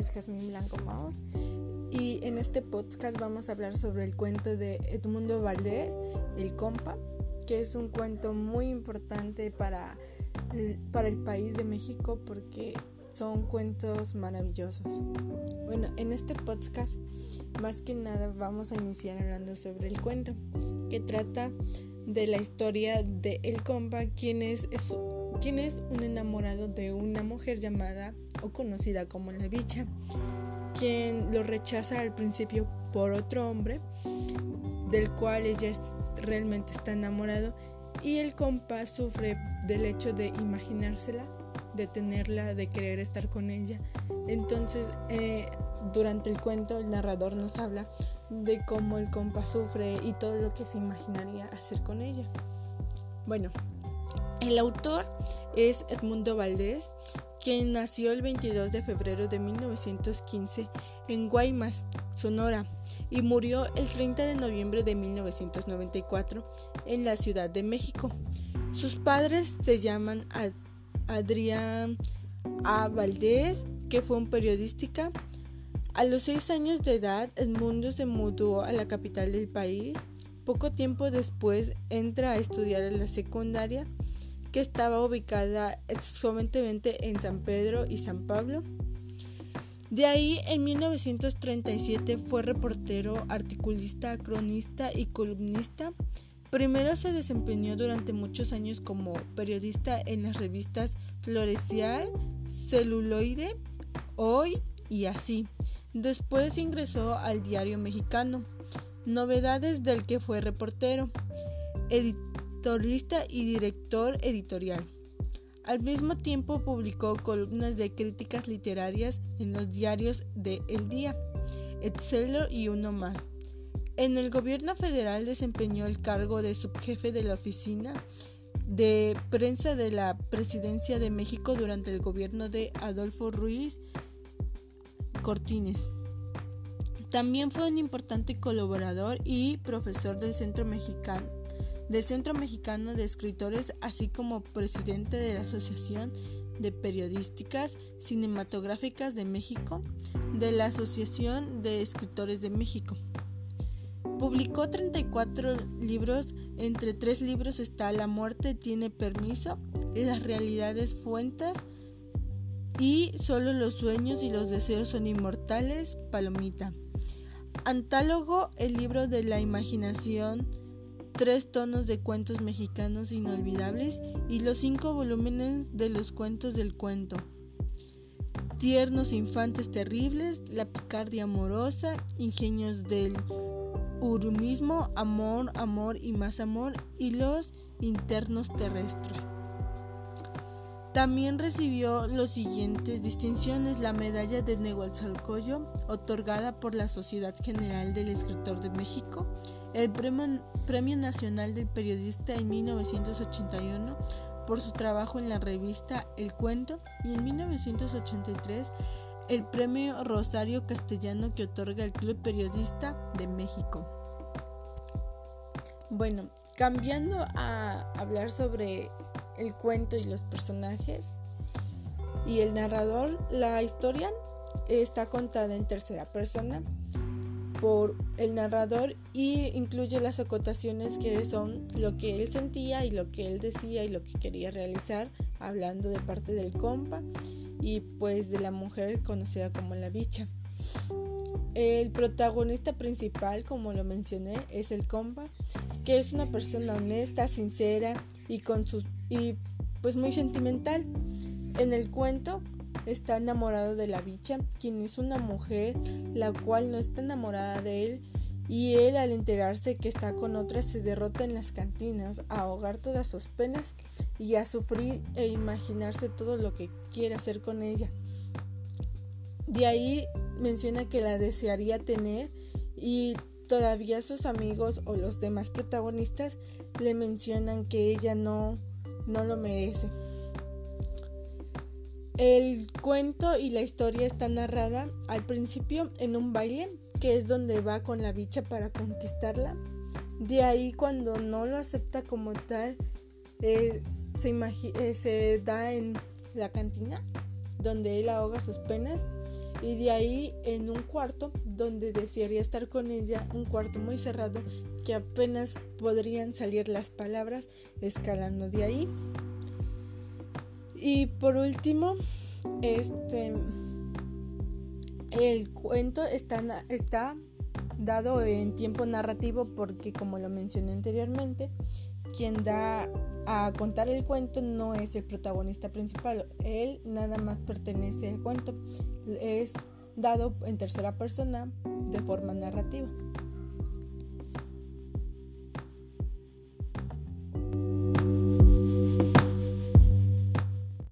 es Jazmín Blanco Maus y en este podcast vamos a hablar sobre el cuento de Edmundo Valdés, El Compa, que es un cuento muy importante para el país de México porque son cuentos maravillosos. Bueno, en este podcast más que nada vamos a iniciar hablando sobre el cuento, que trata de la historia de El Compa, quien es un enamorado de una mujer llamada o conocida como la Bicha, quien lo rechaza al principio por otro hombre del cual ella realmente está enamorado, y el compa sufre del hecho de imaginársela, de tenerla, de querer estar con ella. Entonces durante el cuento el narrador nos habla de cómo el compa sufre y todo lo que se imaginaría hacer con ella. Bueno, el autor es Edmundo Valdés, quien nació el 22 de febrero de 1915 en Guaymas, Sonora, y murió el 30 de noviembre de 1994 en la Ciudad de México. Sus padres se llaman Adrián A. Valdés, que fue un periodista. A los 6 años de edad, Edmundo se mudó a la capital del país. Poco tiempo después entra a estudiar en la secundaria, que estaba ubicada exclusivamente en San Pedro y San Pablo. De ahí, en 1937 fue reportero, articulista, cronista y columnista. Primero se desempeñó durante muchos años como periodista en las revistas Florecial, Celuloide, Hoy y Así. Después ingresó al Diario Mexicano, Novedades, del que fue reportero, editorialista y director editorial. Al mismo tiempo publicó columnas de críticas literarias en los diarios de El Día, Excelsior y Uno Más. En el gobierno federal desempeñó el cargo de subjefe de la oficina de prensa de la Presidencia de México durante el gobierno de Adolfo Ruiz Cortines. También fue un importante colaborador y profesor del Centro Mexicano de Escritores, así como presidente de la Asociación de Periodísticas Cinematográficas de México, de la Asociación de Escritores de México. Publicó 34 libros, entre 3 libros está La muerte tiene permiso, Las realidades fuentes y Solo los sueños y los deseos son inmortales, Palomita. Antálogo, El libro de la imaginación, 3 tonos de cuentos mexicanos inolvidables y los 5 volúmenes de los cuentos del cuento. Tiernos infantes terribles, La picardia amorosa, Ingenios del humorismo, Amor, amor y más amor y Los internos terrestres. También recibió los siguientes distinciones: la medalla de Nezahualcóyotl, otorgada por la Sociedad General del Escritor de México, el Premio Nacional del Periodista en 1981 por su trabajo en la revista El Cuento, y en 1983 el Premio Rosario Castellano que otorga el Club Periodista de México. Bueno, cambiando a hablar sobre el cuento y los personajes y el narrador, la historia está contada en tercera persona por el narrador y incluye las acotaciones que son lo que él sentía y lo que él decía y lo que quería realizar, hablando de parte del compa y pues de la mujer conocida como la Bicha. El protagonista principal, como lo mencioné, es el compa, que es una persona honesta, sincera y pues muy sentimental. En el cuento está enamorado de la Bicha, quien es una mujer la cual no está enamorada de él, y él, al enterarse que está con otra, se derrota en las cantinas a ahogar todas sus penas y a sufrir e imaginarse todo lo que quiere hacer con ella. De ahí menciona que la desearía tener, y todavía sus amigos o los demás protagonistas le mencionan que ella no lo merece. El cuento y la historia está narrada al principio en un baile, que es donde va con la Bicha para conquistarla. De ahí, cuando no lo acepta como tal, se da en la cantina donde él ahoga sus penas, y de ahí en un cuarto donde desearía estar con ella, un cuarto muy cerrado que apenas podrían salir las palabras, escalando de ahí. Y por último, el cuento está dado en tiempo narrativo porque, como lo mencioné anteriormente, quien da a contar el cuento no es el protagonista principal, él nada más pertenece al cuento, es dado en tercera persona de forma narrativa.